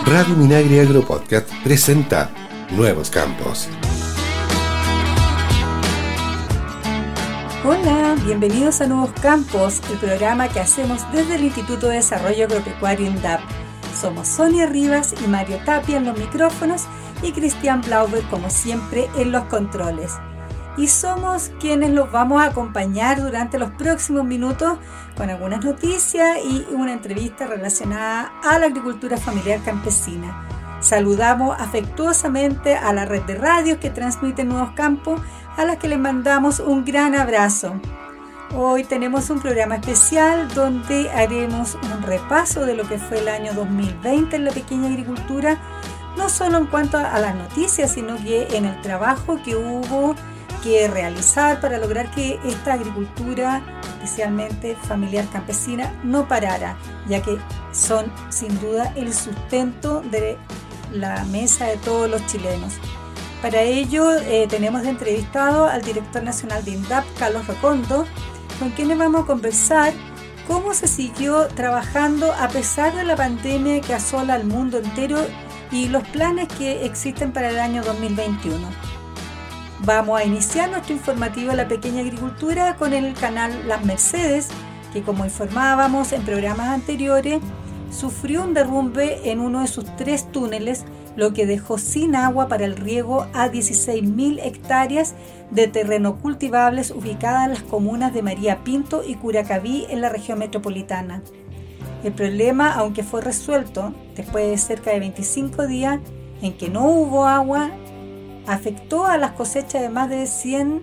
Radio Minagri Agro Podcast presenta Nuevos Campos. Hola, bienvenidos a Nuevos Campos, el programa que hacemos desde el Instituto de Desarrollo Agropecuario INDAP. Somos Sonia Rivas y Mario Tapia en los micrófonos y Cristian Blauber, como siempre, en los controles. Y somos quienes los vamos a acompañar durante los próximos minutos con algunas noticias y una entrevista relacionada a la agricultura familiar campesina. Saludamos afectuosamente a la red de radios que transmiten Nuevos Campos, a las que les mandamos un gran abrazo. Hoy tenemos un programa especial donde haremos un repaso de lo que fue el año 2020 en la pequeña agricultura, no solo en cuanto a las noticias, sino que en el trabajo que hubo que realizar para lograr que esta agricultura, especialmente familiar campesina, no parara, ya que son sin duda el sustento de la mesa de todos los chilenos. Para ello tenemos de entrevistado al director nacional de INDAP, Carlos Recondo, con quienes vamos a conversar cómo se siguió trabajando a pesar de la pandemia que asola al mundo entero y los planes que existen para el año 2021. Vamos a iniciar nuestro informativo de la pequeña agricultura con el canal Las Mercedes, que, como informábamos en programas anteriores, sufrió un derrumbe en uno de sus 3 túneles, lo que dejó sin agua para el riego a 16.000 hectáreas de terreno cultivables ubicadas en las comunas de María Pinto y Curacaví en la región metropolitana. El problema, aunque fue resuelto después de cerca de 25 días en que no hubo agua, afectó a las cosechas de más de 100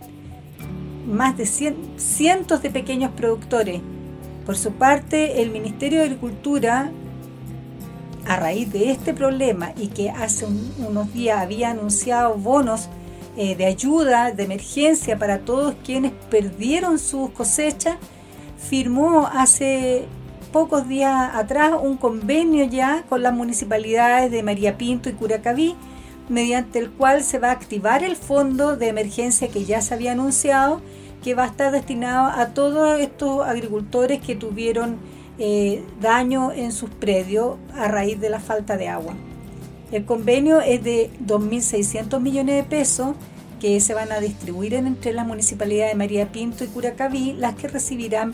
cientos de pequeños productores. Por su parte, el Ministerio de Agricultura, a raíz de este problema y que hace unos días había anunciado bonos de ayuda, de emergencia para todos quienes perdieron sus cosechas, firmó hace pocos días atrás un convenio ya con las municipalidades de María Pinto y Curacaví, mediante el cual se va a activar el fondo de emergencia que ya se había anunciado, que va a estar destinado a todos estos agricultores que tuvieron daño en sus predios a raíz de la falta de agua. El convenio es de 2.600 millones de pesos que se van a distribuir entre las municipalidades de María Pinto y Curacaví, las que recibirán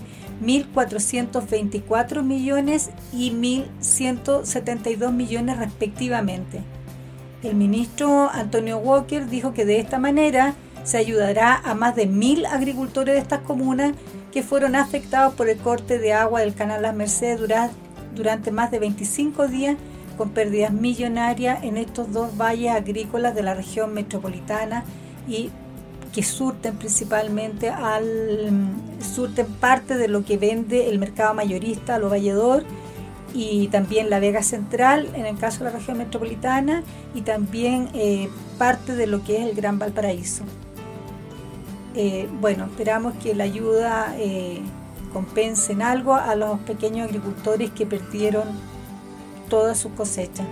1.424 millones y 1.172 millones respectivamente. El ministro Antonio Walker dijo que de esta manera se ayudará a más de 1.000 agricultores de estas comunas que fueron afectados por el corte de agua del canal Las Mercedes durante más de 25 días, con pérdidas millonarias en estos 2 valles agrícolas de la región metropolitana y que surten principalmente surten parte de lo que vende el mercado mayorista, lo valledor, y también la Vega Central en el caso de la región metropolitana, y también parte de lo que es el Gran Valparaíso. Esperamos que la ayuda compense en algo a los pequeños agricultores que perdieron todas sus cosechas.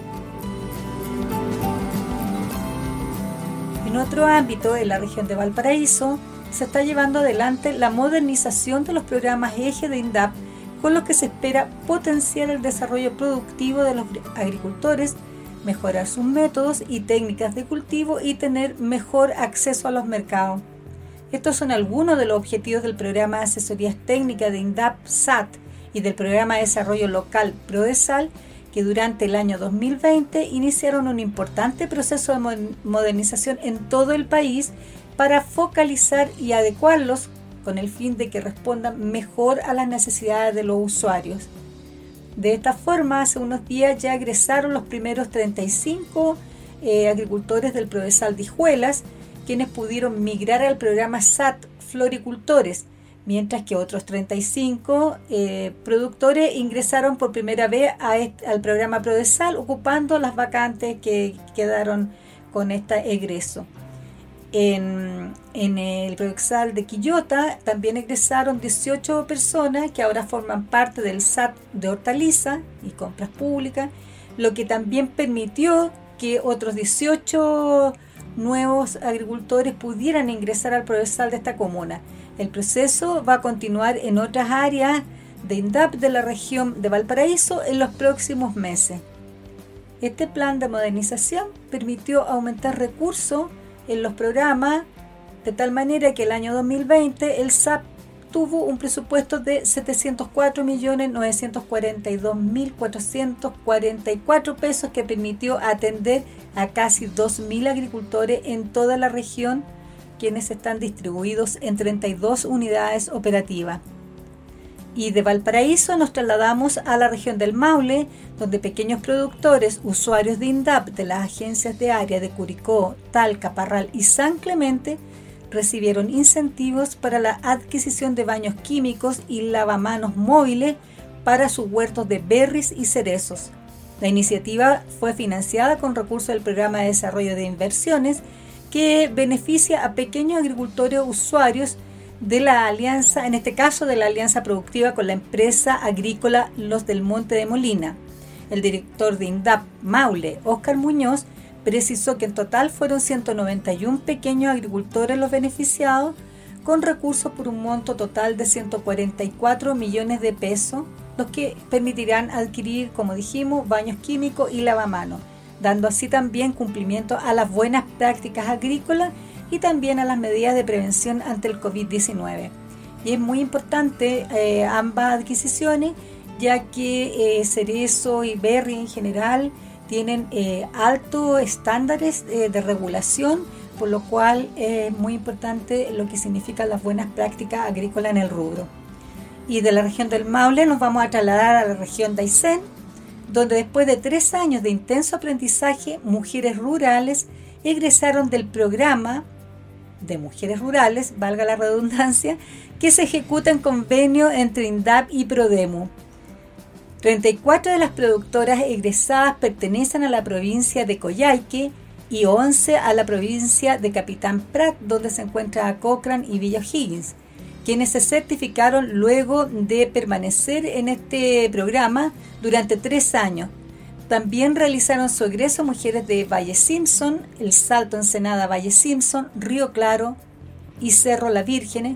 En otro ámbito, en la región de Valparaíso, se está llevando adelante la modernización de los programas Eje de INDAP, con los que se espera potenciar el desarrollo productivo de los agricultores, mejorar sus métodos y técnicas de cultivo y tener mejor acceso a los mercados. Estos son algunos de los objetivos del programa de asesorías técnicas de INDAP-SAT y del programa de desarrollo local PRODESAL, que durante el año 2020 iniciaron un importante proceso de modernización en todo el país para focalizar y adecuarlos con el fin de que respondan mejor a las necesidades de los usuarios. De esta forma, hace unos días ya egresaron los primeros 35 agricultores del PRODESAL de Hijuelas, quienes pudieron migrar al programa SAT Floricultores, mientras que otros 35 productores ingresaron por primera vez al programa PRODESAL, ocupando las vacantes que quedaron con este egreso. En el PRODESAL de Quillota también egresaron 18 personas que ahora forman parte del SAT de Hortaliza y Compras Públicas, lo que también permitió que otros 18 nuevos agricultores pudieran ingresar al PRODESAL de esta comuna. El proceso va a continuar en otras áreas de INDAP de la región de Valparaíso en los próximos meses. Este plan de modernización permitió aumentar recursos en los programas de tal manera que el año 2020 el SAP tuvo un presupuesto de 704.942.444 pesos que permitió atender a casi 2.000 agricultores en toda la región, quienes están distribuidos en 32 unidades operativas. Y de Valparaíso nos trasladamos a la región del Maule, donde pequeños productores, usuarios de INDAP de las agencias de área de Curicó, Talca, Parral y San Clemente, recibieron incentivos para la adquisición de baños químicos y lavamanos móviles para sus huertos de berries y cerezos. La iniciativa fue financiada con recursos del Programa de Desarrollo de Inversiones, que beneficia a pequeños agricultores usuarios de la alianza, en este caso de la alianza productiva con la empresa agrícola Los del Monte de Molina. El director de INDAP Maule, Óscar Muñoz, precisó que en total fueron 191 pequeños agricultores los beneficiados, con recursos por un monto total de 144 millones de pesos, los que permitirán adquirir, como dijimos, baños químicos y lavamanos, dando así también cumplimiento a las buenas prácticas agrícolas y también a las medidas de prevención ante el COVID-19. Y es muy importante ambas adquisiciones, ya que cerezo y berry en general tienen altos estándares de regulación, por lo cual es muy importante lo que significan las buenas prácticas agrícolas en el rubro. Y de la región del Maule nos vamos a trasladar a la región de Aysén, donde después de 3 años de intenso aprendizaje, mujeres rurales egresaron del programa de mujeres rurales, valga la redundancia, que se ejecuta en convenio entre INDAP y Prodemu. 34 de las productoras egresadas pertenecen a la provincia de Coyhaique y 11 a la provincia de Capitán Prat, donde se encuentra Cochrane y Villa O'Higgins, quienes se certificaron luego de permanecer en este programa durante 3 años. También realizaron su egreso mujeres de Valle Simpson, El Salto, Ensenada, Valle Simpson, Río Claro y Cerro La Virgen,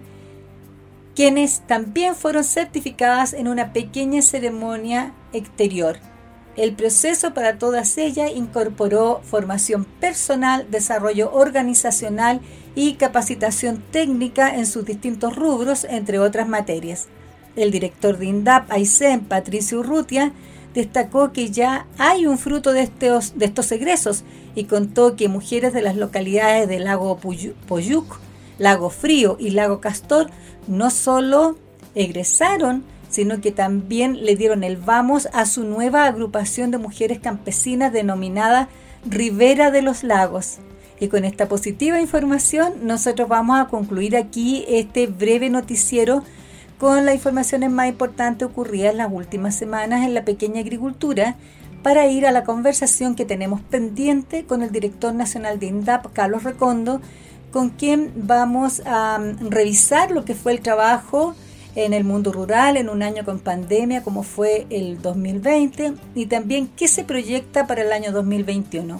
quienes también fueron certificadas en una pequeña ceremonia exterior. El proceso para todas ellas incorporó formación personal, desarrollo organizacional y capacitación técnica en sus distintos rubros, entre otras materias. El director de INDAP Aysén, Patricio Urrutia, destacó que ya hay un fruto de estos egresos y contó que mujeres de las localidades de Lago Poyuc, Lago Frío y Lago Castor no solo egresaron, sino que también le dieron el vamos a su nueva agrupación de mujeres campesinas denominada Ribera de los Lagos. Y con esta positiva información nosotros vamos a concluir aquí este breve noticiero con las informaciones más importantes ocurridas en las últimas semanas en la pequeña agricultura, para ir a la conversación que tenemos pendiente con el director nacional de INDAP, Carlos Recondo, con quien vamos a revisar lo que fue el trabajo en el mundo rural en un año con pandemia como fue el 2020 y también qué se proyecta para el año 2021.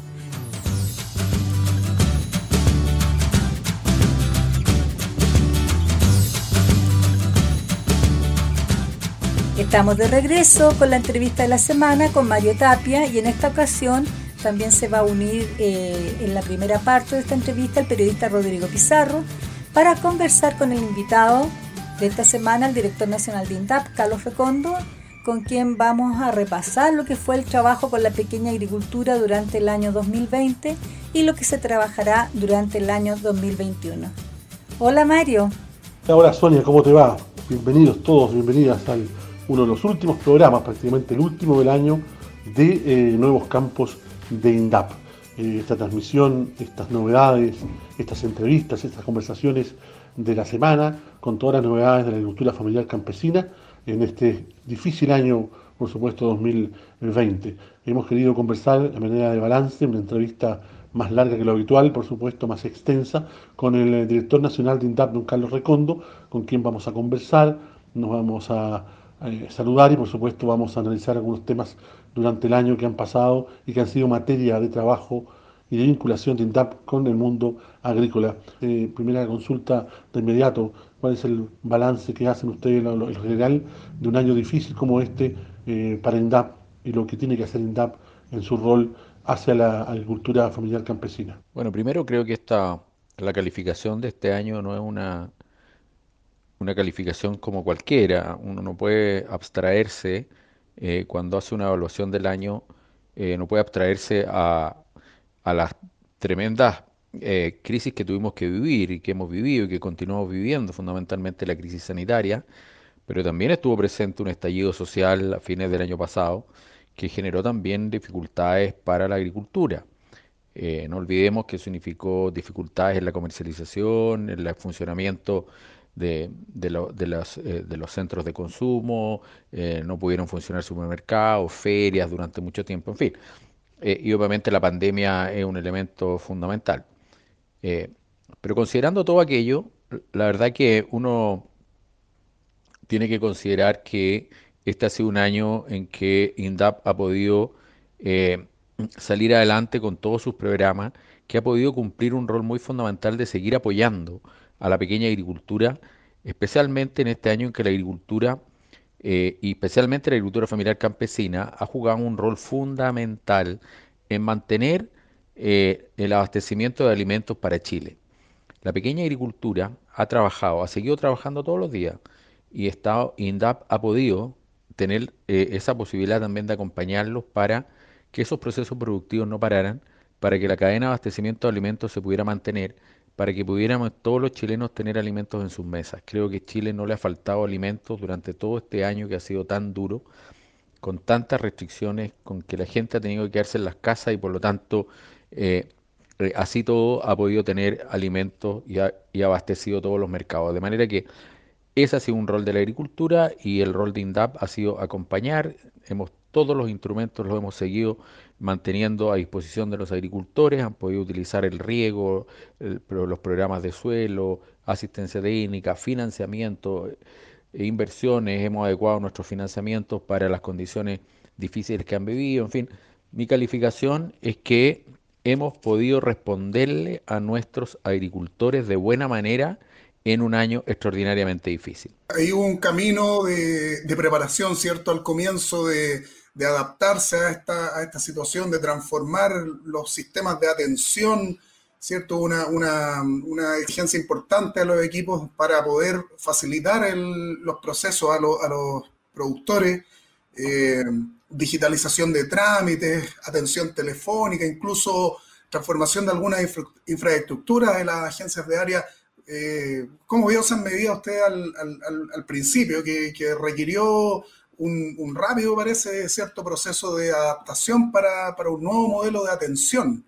Estamos de regreso con la entrevista de la semana con Mario Tapia y en esta ocasión también se va a unir en la primera parte de esta entrevista el periodista Rodrigo Pizarro para conversar con el invitado de esta semana, el director nacional de INDAP, Carlos Recondo, con quien vamos a repasar lo que fue el trabajo con la pequeña agricultura durante el año 2020 y lo que se trabajará durante el año 2021. Hola Mario. Hola Sonia, ¿cómo te va? Bienvenidos todos, bienvenidas al uno de los últimos programas, prácticamente el último del año, de Nuevos Campos de INDAP. Esta transmisión, estas novedades, estas entrevistas, estas conversaciones de la semana, con todas las novedades de la agricultura familiar campesina en este difícil año, por supuesto, 2020. Hemos querido conversar de manera de balance, una entrevista más larga que lo habitual, por supuesto, más extensa, con el director nacional de INDAP, don Carlos Recondo, con quien vamos a conversar, nos vamos a saludar y por supuesto vamos a analizar algunos temas durante el año que han pasado y que han sido materia de trabajo y de vinculación de INDAP con el mundo agrícola. Primera consulta de inmediato, ¿cuál es el balance que hacen ustedes en general de un año difícil como este para INDAP y lo que tiene que hacer INDAP en su rol hacia la agricultura familiar campesina? Bueno, primero creo que la calificación de este año no es una calificación como cualquiera. Uno no puede abstraerse cuando hace una evaluación del año, no puede abstraerse a las tremendas crisis que tuvimos que vivir y que hemos vivido y que continuamos viviendo, fundamentalmente la crisis sanitaria, pero también estuvo presente un estallido social a fines del año pasado que generó también dificultades para la agricultura. No olvidemos que significó dificultades en la comercialización, en el funcionamiento de los centros de consumo, no pudieron funcionar supermercados, ferias durante mucho tiempo, en fin. Y obviamente la pandemia es un elemento fundamental. Eh, pero considerando todo aquello, la verdad que uno tiene que considerar que este ha sido un año en que INDAP ha podido eh, salir adelante con todos sus programas, que ha podido cumplir un rol muy fundamental de seguir apoyando a la pequeña agricultura, especialmente en este año en que la agricultura, y especialmente la agricultura familiar campesina, ha jugado un rol fundamental en mantener el abastecimiento de alimentos para Chile. La pequeña agricultura ha trabajado, ha seguido trabajando todos los días y INDAP ha podido tener esa posibilidad también de acompañarlos para que esos procesos productivos no pararan, para que la cadena de abastecimiento de alimentos se pudiera mantener, para que pudiéramos todos los chilenos tener alimentos en sus mesas. Creo que a Chile no le ha faltado alimentos durante todo este año que ha sido tan duro, con tantas restricciones, con que la gente ha tenido que quedarse en las casas y por lo tanto eh, así todo ha podido tener alimentos y abastecido todos los mercados. De manera que ese ha sido un rol de la agricultura y el rol de INDAP ha sido acompañar. Todos los instrumentos los hemos seguido manteniendo a disposición de los agricultores, han podido utilizar el riego, los programas de suelo, asistencia técnica, financiamiento, inversiones, hemos adecuado nuestros financiamientos para las condiciones difíciles que han vivido, en fin, mi calificación es que hemos podido responderle a nuestros agricultores de buena manera en un año extraordinariamente difícil. Hay un camino de preparación, ¿cierto? Al comienzo de adaptarse a esta situación, de transformar los sistemas de atención, ¿cierto? Una exigencia importante a los equipos para poder facilitar los procesos a los productores, eh, digitalización de trámites, atención telefónica, incluso transformación de algunas infraestructuras de las agencias de área. ¿Cómo vio esas medidas usted al principio, que requirió un rápido, parece, cierto proceso de adaptación para un nuevo modelo de atención?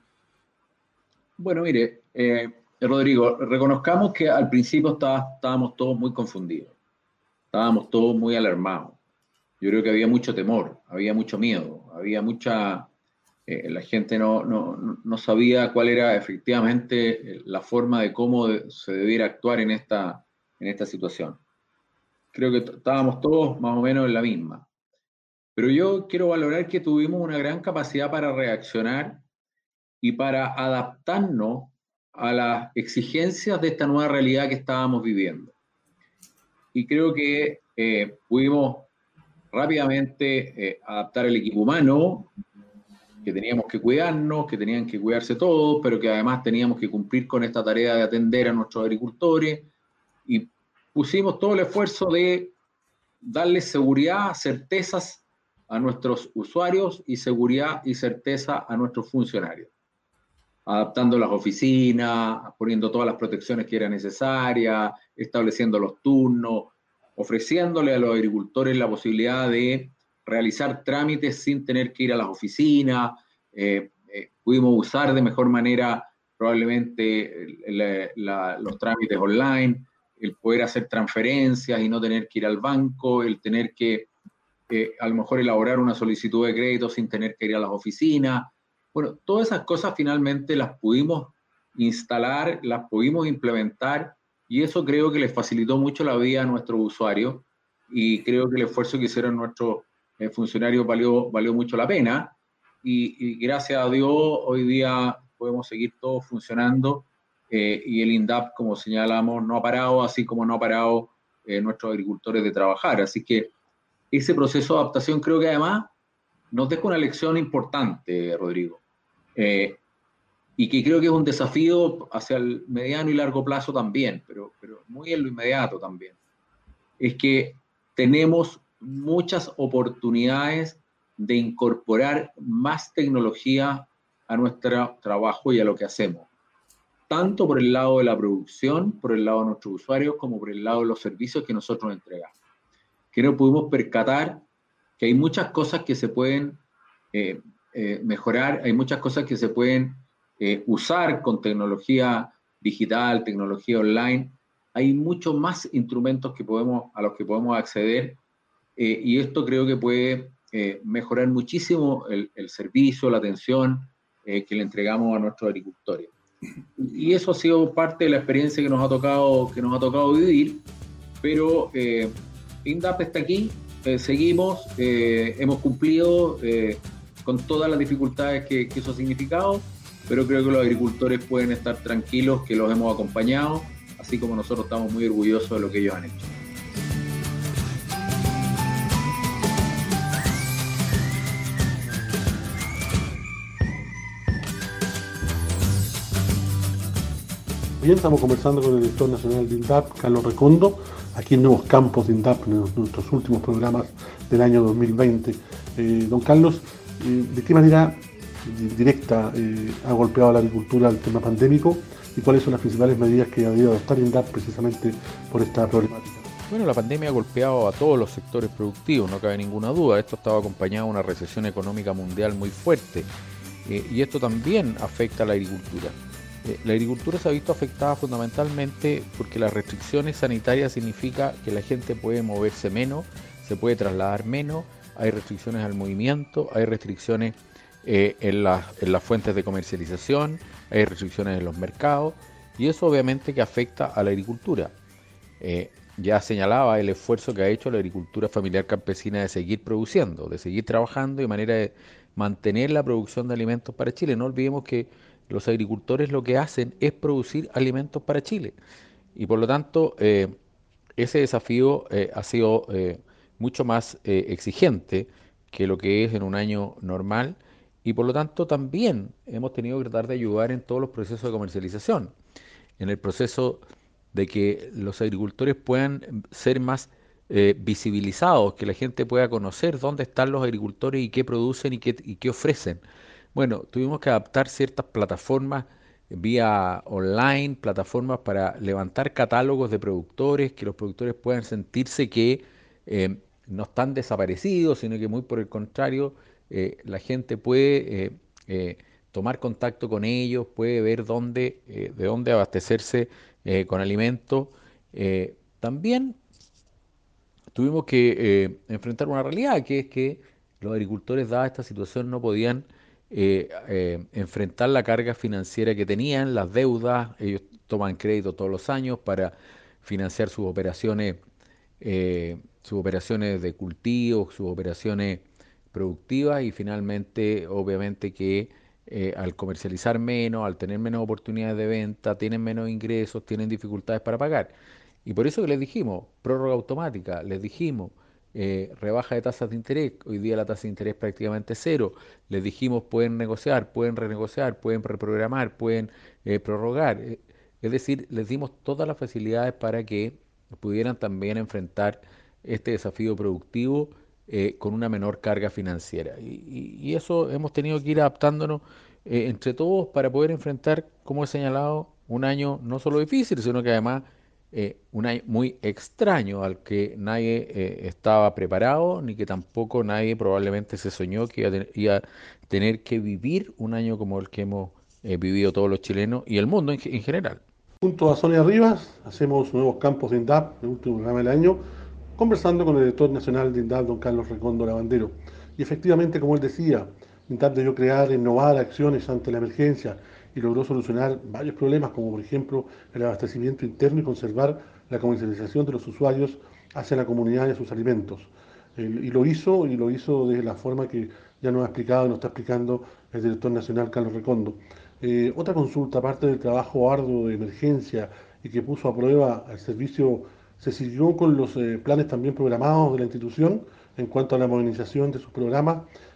Bueno, mire, Rodrigo, reconozcamos que al principio estábamos todos muy confundidos, estábamos todos muy alarmados. Yo creo que había mucho temor, había mucho miedo, había mucha... la gente no sabía cuál era efectivamente la forma de cómo se debiera actuar en esta situación. Creo que estábamos todos más o menos en la misma. Pero yo quiero valorar que tuvimos una gran capacidad para reaccionar y para adaptarnos a las exigencias de esta nueva realidad que estábamos viviendo. Y creo que pudimos rápidamente adaptar el equipo humano, que teníamos que cuidarnos, que tenían que cuidarse todos, pero que además teníamos que cumplir con esta tarea de atender a nuestros agricultores, y pusimos todo el esfuerzo de darles seguridad, certezas a nuestros usuarios y seguridad y certeza a nuestros funcionarios, adaptando las oficinas, poniendo todas las protecciones que eran necesarias, estableciendo los turnos, ofreciéndole a los agricultores la posibilidad de realizar trámites sin tener que ir a las oficinas. Pudimos usar de mejor manera probablemente los trámites online, el poder hacer transferencias y no tener que ir al banco, el tener que a lo mejor elaborar una solicitud de crédito sin tener que ir a las oficinas. Bueno, todas esas cosas finalmente las pudimos instalar, las pudimos implementar, y eso creo que les facilitó mucho la vida a nuestros usuarios, y creo que el esfuerzo que hicieron nuestros funcionarios valió mucho la pena, y gracias a Dios hoy día podemos seguir todos funcionando, y el INDAP, como señalamos, no ha parado, así como no ha parado nuestros agricultores de trabajar. Así que ese proceso de adaptación creo que además nos deja una lección importante, Rodrigo, y que creo que es un desafío hacia el mediano y largo plazo también, pero muy en lo inmediato también. Es que tenemos muchas oportunidades de incorporar más tecnología a nuestro trabajo y a lo que hacemos, tanto por el lado de la producción, por el lado de nuestros usuarios, como por el lado de los servicios que nosotros entregamos. Que no pudimos percatar que hay muchas cosas que se pueden mejorar, hay muchas cosas que se pueden usar con tecnología digital, tecnología online. Hay muchos más instrumentos a los que podemos acceder, y esto creo que puede mejorar muchísimo el servicio, la atención que le entregamos a nuestros agricultores. Y eso ha sido parte de la experiencia que nos ha tocado vivir, pero INDAP está aquí, seguimos, hemos cumplido con todas las dificultades que eso ha significado, pero creo que los agricultores pueden estar tranquilos que los hemos acompañado, así como nosotros estamos muy orgullosos de lo que ellos han hecho. Bien, estamos conversando con el director nacional de INDAP, Carlos Recondo, aquí en Nuevos Campos de INDAP, en nuestros últimos programas del año 2020. Don Carlos, ¿de qué manera directa ha golpeado a la agricultura el tema pandémico y cuáles son las principales medidas que ha debido adoptar INDAP precisamente por esta problemática? Bueno, la pandemia ha golpeado a todos los sectores productivos, no cabe ninguna duda. Esto estaba acompañado de una recesión económica mundial muy fuerte, y esto también afecta a la agricultura. La agricultura se ha visto afectada fundamentalmente porque las restricciones sanitarias significa que la gente puede moverse menos, se puede trasladar menos, hay restricciones al movimiento, hay restricciones en las fuentes de comercialización, hay restricciones en los mercados, y eso obviamente que afecta a la agricultura. Ya señalaba el esfuerzo que ha hecho la agricultura familiar campesina de seguir produciendo, de seguir trabajando de manera de mantener la producción de alimentos para Chile. No olvidemos que los agricultores lo que hacen es producir alimentos para Chile, y por lo tanto ese desafío ha sido mucho más exigente que lo que es en un año normal, y por lo tanto también hemos tenido que tratar de ayudar en todos los procesos de comercialización, en el proceso de que los agricultores puedan ser más visibilizados, que la gente pueda conocer dónde están los agricultores y qué producen y qué ofrecen. Bueno, tuvimos que adaptar ciertas plataformas vía online, plataformas para levantar catálogos de productores, que los productores puedan sentirse que no están desaparecidos, sino que muy por el contrario, la gente puede tomar contacto con ellos, puede ver de dónde abastecerse con alimentos. También tuvimos que enfrentar una realidad, que es que los agricultores, dada esta situación, no podían enfrentar la carga financiera que tenían, las deudas. Ellos toman crédito todos los años para financiar sus operaciones de cultivo, sus operaciones productivas, y finalmente, obviamente que al comercializar menos, al tener menos oportunidades de venta, tienen menos ingresos, tienen dificultades para pagar. Y por eso que les dijimos, prórroga automática, les dijimos, rebaja de tasas de interés. Hoy día la tasa de interés es prácticamente cero. Les dijimos, pueden negociar, pueden renegociar, pueden reprogramar, pueden prorrogar. Es decir, les dimos todas las facilidades para que pudieran también enfrentar este desafío productivo con una menor carga financiera. Y eso hemos tenido que ir adaptándonos entre todos para poder enfrentar, como he señalado, un año no solo difícil, sino que además un año muy extraño, al que nadie estaba preparado, ni que tampoco nadie probablemente se soñó que iba a tener que vivir un año como el que hemos vivido todos los chilenos y el mundo en general. Junto a Sonia Rivas, hacemos Nuevos Campos de INDAP, el último programa del año, conversando con el director nacional de INDAP, don Carlos Recondo Lavandero. Y efectivamente, como él decía, INDAP debió crear, innovar acciones ante la emergencia y logró solucionar varios problemas, como por ejemplo el abastecimiento interno y conservar la comercialización de los usuarios hacia la comunidad y a sus alimentos. Y lo hizo de la forma que ya nos ha explicado y nos está explicando el director nacional Carlos Recondo. Otra consulta, aparte del trabajo arduo de emergencia y que puso a prueba el servicio, ¿se siguió con los planes también programados de la institución en cuanto a la modernización de sus programas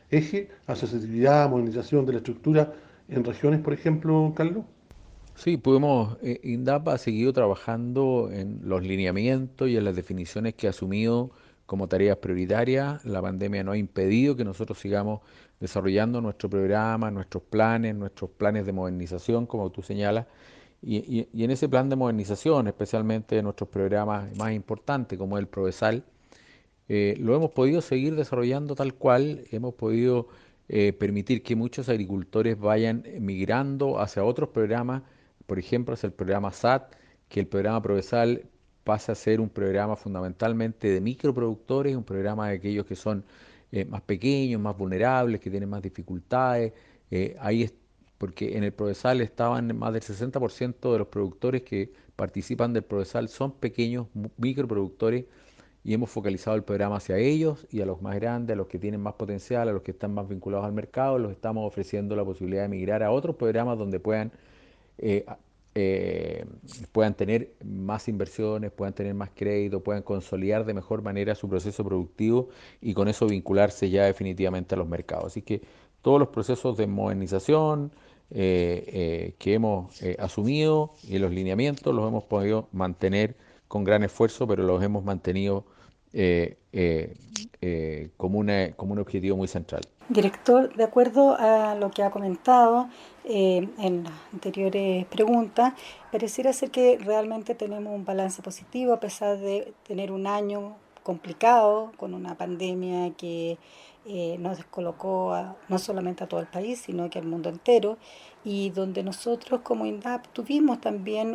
eje, asociatividad, modernización de la estructura en regiones, por ejemplo, Carlos? Sí, INDAP ha seguido trabajando en los lineamientos y en las definiciones que ha asumido como tareas prioritarias. La pandemia no ha impedido que nosotros sigamos desarrollando nuestro programa, nuestros planes de modernización, como tú señalas, y en ese plan de modernización, especialmente de nuestros programas más importantes, como el Provesal, lo hemos podido seguir desarrollando tal cual, hemos podido permitir que muchos agricultores vayan migrando hacia otros programas, por ejemplo, hacia el programa SAT, que el programa Provesal pasa a ser un programa fundamentalmente de microproductores, un programa de aquellos que son más pequeños, más vulnerables, que tienen más dificultades. Ahí es porque en el Provesal estaban más del 60% de los productores que participan del Provesal son pequeños microproductores y hemos focalizado el programa hacia ellos y a los más grandes, a los que tienen más potencial, a los que están más vinculados al mercado, los estamos ofreciendo la posibilidad de migrar a otros programas donde eh, eh, puedan tener más inversiones, puedan tener más crédito, puedan consolidar de mejor manera su proceso productivo y con eso vincularse ya definitivamente a los mercados. Así que todos los procesos de modernización que hemos asumido y los lineamientos los hemos podido mantener con gran esfuerzo, pero los hemos mantenido como un objetivo muy central. Director, de acuerdo a lo que ha comentado en las anteriores preguntas, pareciera ser que realmente tenemos un balance positivo a pesar de tener un año complicado con una pandemia que nos descolocó no solamente a todo el país, sino que al mundo entero, y donde nosotros como INDAP tuvimos también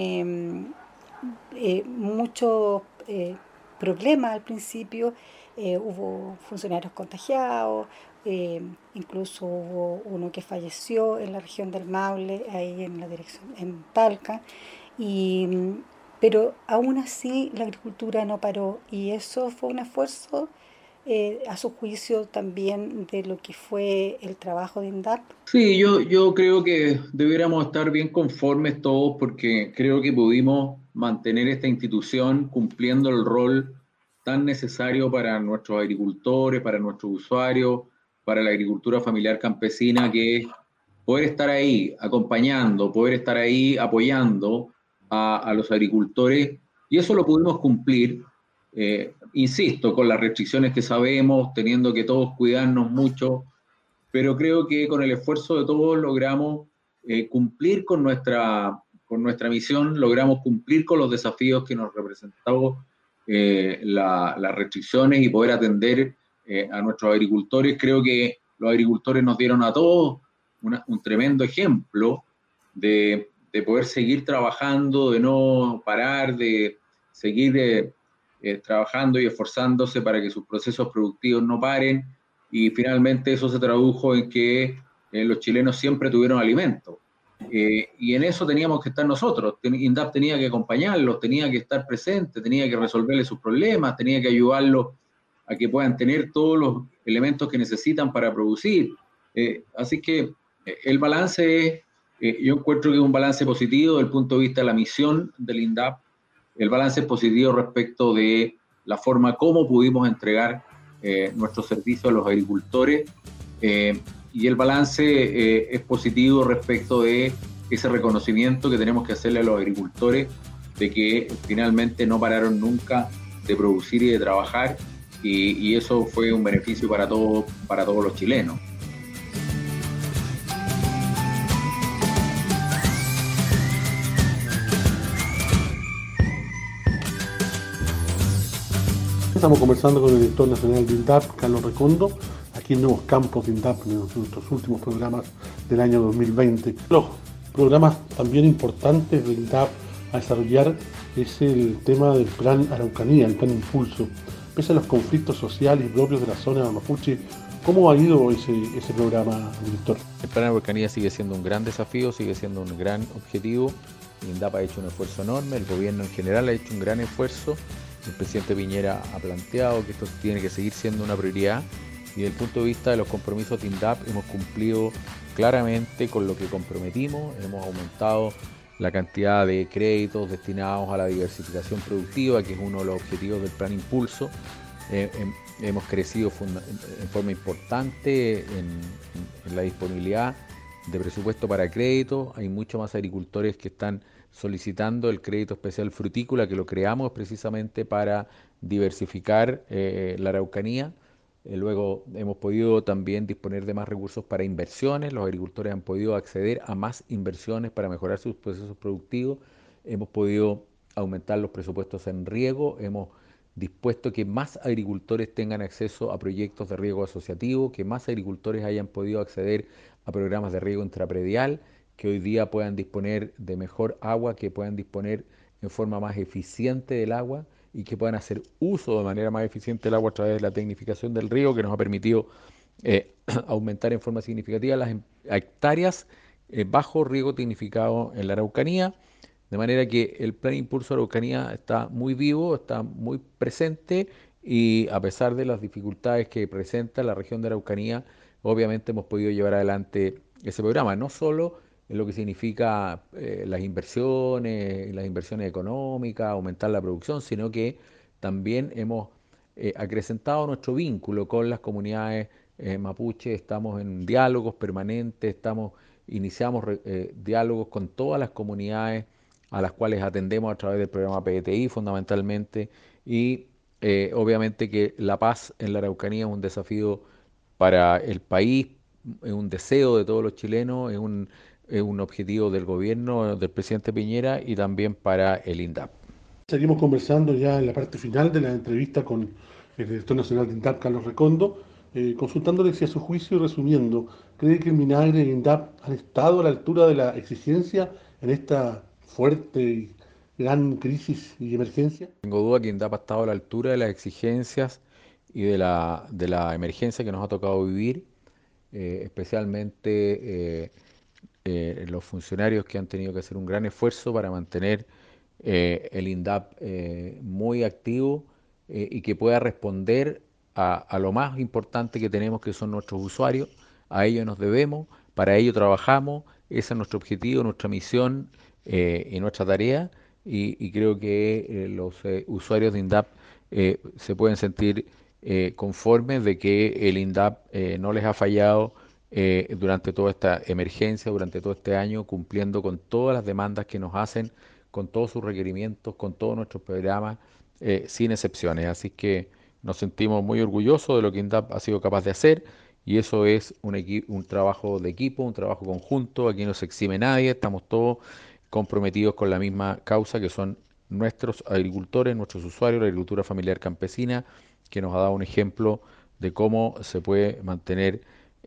muchos problemas al principio. Hubo funcionarios contagiados, incluso hubo uno que falleció en la región del Maule, ahí en la dirección, en Talca, pero aún así la agricultura no paró y eso fue un esfuerzo a su juicio también de lo que fue el trabajo de INDAP. Sí, yo creo que debiéramos estar bien conformes todos porque creo que pudimos mantener esta institución cumpliendo el rol tan necesario para nuestros agricultores, para nuestros usuarios, para la agricultura familiar campesina, que es poder estar ahí acompañando, poder estar ahí apoyando a los agricultores, y eso lo pudimos cumplir, insisto, con las restricciones que sabemos, teniendo que todos cuidarnos mucho, pero creo que con el esfuerzo de todos logramos cumplir con nuestra misión, logramos cumplir con los desafíos que nos representó las restricciones y poder atender a nuestros agricultores. Creo que los agricultores nos dieron a todos un tremendo ejemplo de poder seguir trabajando, de no parar, de seguir trabajando y esforzándose para que sus procesos productivos no paren, y finalmente eso se tradujo en que los chilenos siempre tuvieron alimento. Y en eso teníamos que estar nosotros. INDAP tenía que acompañarlos, tenía que estar presente, tenía que resolverles sus problemas, tenía que ayudarlos a que puedan tener todos los elementos que necesitan para producir. Así que el balance yo encuentro que es un balance positivo desde el punto de vista de la misión del INDAP. El balance es positivo respecto de la forma como pudimos entregar nuestro servicio a los agricultores, y el balance es positivo respecto de ese reconocimiento que tenemos que hacerle a los agricultores de que finalmente no pararon nunca de producir y de trabajar, y eso fue un beneficio para todos los chilenos. Estamos conversando con el director nacional de INDAP, Carlos Recondo, aquí en Nuevos Campos de INDAP, en nuestros últimos programas del año 2020. Los programas también importantes de INDAP a desarrollar es el tema del Plan Araucanía, el Plan Impulso. Pese a los conflictos sociales propios de la zona mapuche, ¿cómo ha ido ese programa, director? El Plan Araucanía sigue siendo un gran desafío, sigue siendo un gran objetivo. INDAP ha hecho un esfuerzo enorme, el gobierno en general ha hecho un gran esfuerzo. El presidente Piñera ha planteado que esto tiene que seguir siendo una prioridad, y desde el punto de vista de los compromisos de INDAP hemos cumplido claramente con lo que comprometimos. Hemos aumentado la cantidad de créditos destinados a la diversificación productiva, que es uno de los objetivos del Plan Impulso. hemos crecido en forma importante en la disponibilidad de presupuesto para crédito. Hay muchos más agricultores que están solicitando el crédito especial frutícola, que lo creamos precisamente para diversificar la Araucanía. Luego hemos podido también disponer de más recursos para inversiones. Los agricultores han podido acceder a más inversiones para mejorar sus procesos productivos. Hemos podido aumentar los presupuestos en riego. Hemos dispuesto que más agricultores tengan acceso a proyectos de riego asociativo, que más agricultores hayan podido acceder a programas de riego intrapredial, que hoy día puedan disponer de mejor agua, que puedan disponer en forma más eficiente del agua y que puedan hacer uso de manera más eficiente del agua a través de la tecnificación del riego, que nos ha permitido aumentar en forma significativa las hectáreas bajo riego tecnificado en la Araucanía. De manera que el Plan Impulso Araucanía está muy vivo, está muy presente y a pesar de las dificultades que presenta la región de Araucanía, obviamente hemos podido llevar adelante ese programa, no solo en lo que significa las inversiones económicas, aumentar la producción, sino que también hemos acrecentado nuestro vínculo con las comunidades mapuche. Estamos en diálogos permanentes, iniciamos diálogos con todas las comunidades a las cuales atendemos a través del programa PTI fundamentalmente, y obviamente que la paz en la Araucanía es un desafío para el país, es un deseo de todos los chilenos, es un objetivo del gobierno del presidente Piñera y también para el INDAP. Seguimos conversando ya en la parte final de la entrevista con el director nacional de INDAP, Carlos Recondo, consultándole si a su juicio y resumiendo, ¿cree que el Minagre y INDAP han estado a la altura de la exigencia en esta fuerte y gran crisis y emergencia? Tengo duda que INDAP ha estado a la altura de las exigencias y de la emergencia que nos ha tocado vivir, especialmente los funcionarios que han tenido que hacer un gran esfuerzo para mantener el INDAP muy activo y que pueda responder a lo más importante que tenemos, que son nuestros usuarios. A ellos nos debemos, para ello trabajamos, ese es nuestro objetivo, nuestra misión y nuestra tarea, y creo que los usuarios de INDAP se pueden sentir conformes de que el INDAP no les ha fallado durante toda esta emergencia, durante todo este año, cumpliendo con todas las demandas que nos hacen, con todos sus requerimientos, con todos nuestros programas, sin excepciones. Así que nos sentimos muy orgullosos de lo que INDAP ha sido capaz de hacer, y eso es un trabajo de equipo, un trabajo conjunto. Aquí no se exime nadie, estamos todos comprometidos con la misma causa, que son nuestros agricultores, nuestros usuarios, la agricultura familiar campesina, que nos ha dado un ejemplo de cómo se puede mantener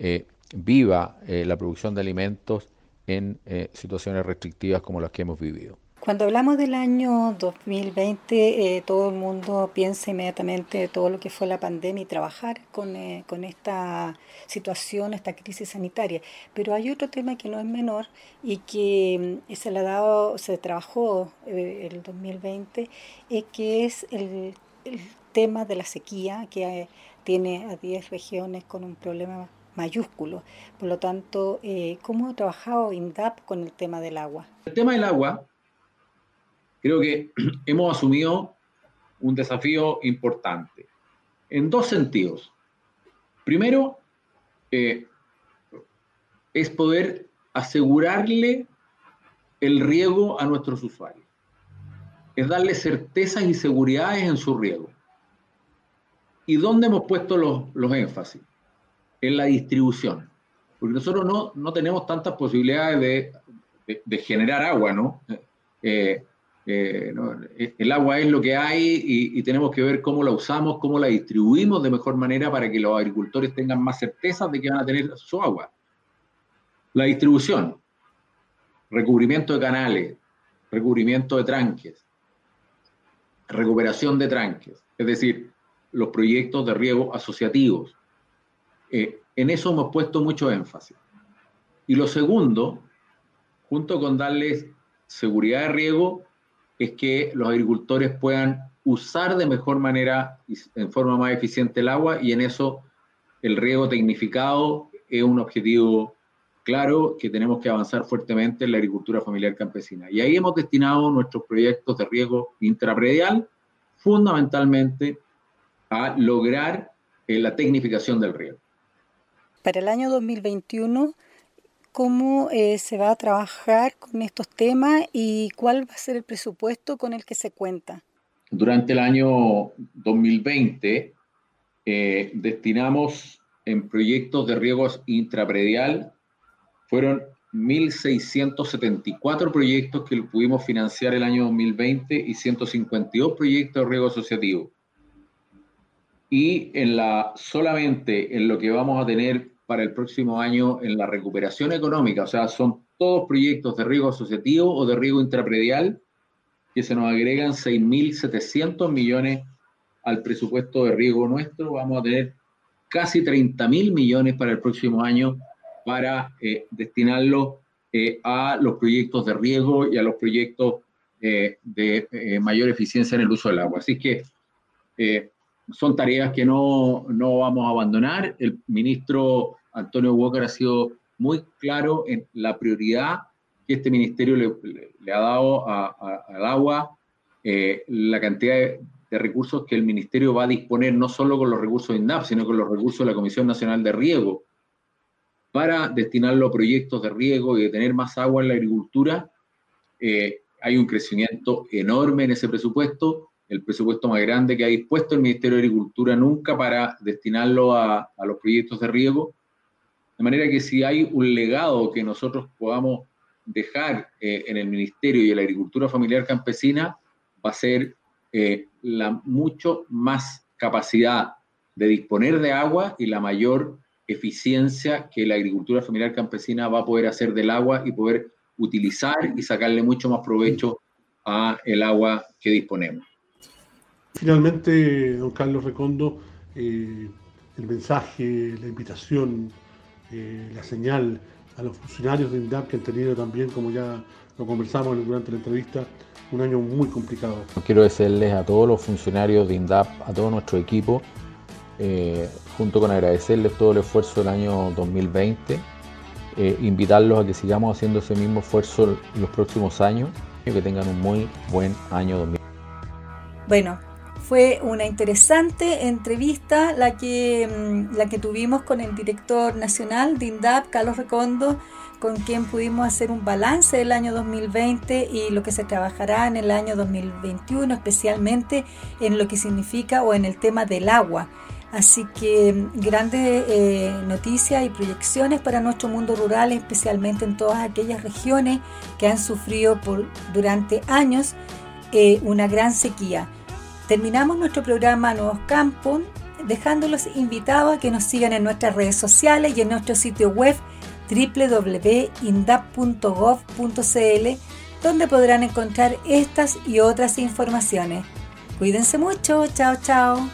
viva la producción de alimentos en situaciones restrictivas como las que hemos vivido. Cuando hablamos del año 2020, todo el mundo piensa inmediatamente de todo lo que fue la pandemia y trabajar con esta situación, esta crisis sanitaria. Pero hay otro tema que no es menor y que se trabajó el 2020, que es el tema de la sequía, que tiene a 10 regiones con un problema mayúsculo. Por lo tanto, ¿cómo ha trabajado INDAP con el tema del agua? El tema del agua, creo que hemos asumido un desafío importante, en dos sentidos. Primero, es poder asegurarle el riego a nuestros usuarios, es darle certezas y seguridades en su riego. ¿Y dónde hemos puesto los énfasis? En la distribución, porque nosotros no tenemos tantas posibilidades de generar agua, ¿no? El agua es lo que hay y tenemos que ver cómo la usamos, cómo la distribuimos de mejor manera para que los agricultores tengan más certezas de que van a tener su agua. La distribución, recubrimiento de canales, recubrimiento de tranques, recuperación de tranques, es decir, los proyectos de riego asociativos. En eso hemos puesto mucho énfasis. Y lo segundo, junto con darles seguridad de riego, es que los agricultores puedan usar de mejor manera y en forma más eficiente el agua, y en eso el riego tecnificado es un objetivo claro que tenemos que avanzar fuertemente en la agricultura familiar campesina. Y ahí hemos destinado nuestros proyectos de riego intrapredial fundamentalmente a lograr la tecnificación del riego. Para el año 2021, ¿cómo se va a trabajar con estos temas y cuál va a ser el presupuesto con el que se cuenta? Durante el año 2020 destinamos en proyectos de riego intrapredial, fueron 1.674 proyectos que pudimos financiar el año 2020 y 152 proyectos de riego asociativo. Y solamente en lo que vamos a tener para el próximo año en la recuperación económica, o sea, son todos proyectos de riego asociativo o de riego intrapredial, que se nos agregan 6.700 millones al presupuesto de riego nuestro. Vamos a tener casi 30.000 millones para el próximo año para destinarlo a los proyectos de riego y a los proyectos de mayor eficiencia en el uso del agua. Así que son tareas que no vamos a abandonar. El ministro Antonio Walker ha sido muy claro en la prioridad que este ministerio le ha dado al agua, la cantidad de recursos que el ministerio va a disponer, no solo con los recursos de INDAP, sino con los recursos de la Comisión Nacional de Riego, para destinarlo a proyectos de riego y de tener más agua en la agricultura. Hay un crecimiento enorme en ese presupuesto, el presupuesto más grande que ha dispuesto el Ministerio de Agricultura nunca para destinarlo a los proyectos de riego. De manera que si hay un legado que nosotros podamos dejar en el Ministerio y en la agricultura familiar campesina, va a ser mucho más capacidad de disponer de agua y la mayor eficiencia que la agricultura familiar campesina va a poder hacer del agua y poder utilizar y sacarle mucho más provecho a el agua que disponemos. Finalmente, don Carlos Recondo, el mensaje, la invitación, la señal a los funcionarios de INDAP que han tenido también, como ya lo conversamos durante la entrevista, un año muy complicado. Quiero desearles a todos los funcionarios de INDAP, a todo nuestro equipo, junto con agradecerles todo el esfuerzo del año 2020, invitarlos a que sigamos haciendo ese mismo esfuerzo en los próximos años y que tengan un muy buen año 2020. Bueno, fue una interesante entrevista la que tuvimos con el director nacional de INDAP, Carlos Recondo, con quien pudimos hacer un balance del año 2020 y lo que se trabajará en el año 2021, especialmente en lo que significa o en el tema del agua. Así que grandes noticias y proyecciones para nuestro mundo rural, especialmente en todas aquellas regiones que han sufrido durante años una gran sequía. Terminamos nuestro programa Nuevos Campos, dejándolos invitados a que nos sigan en nuestras redes sociales y en nuestro sitio web www.indap.gov.cl, donde podrán encontrar estas y otras informaciones. Cuídense mucho, chao, chao.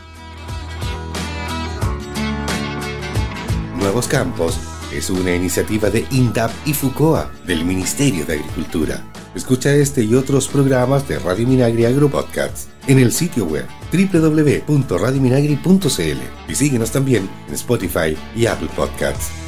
Nuevos Campos es una iniciativa de INDAP y FUCOA del Ministerio de Agricultura. Escucha este y otros programas de Radio Minagri Agropodcasts en el sitio web www.radiominagri.cl y síguenos también en Spotify y Apple Podcasts.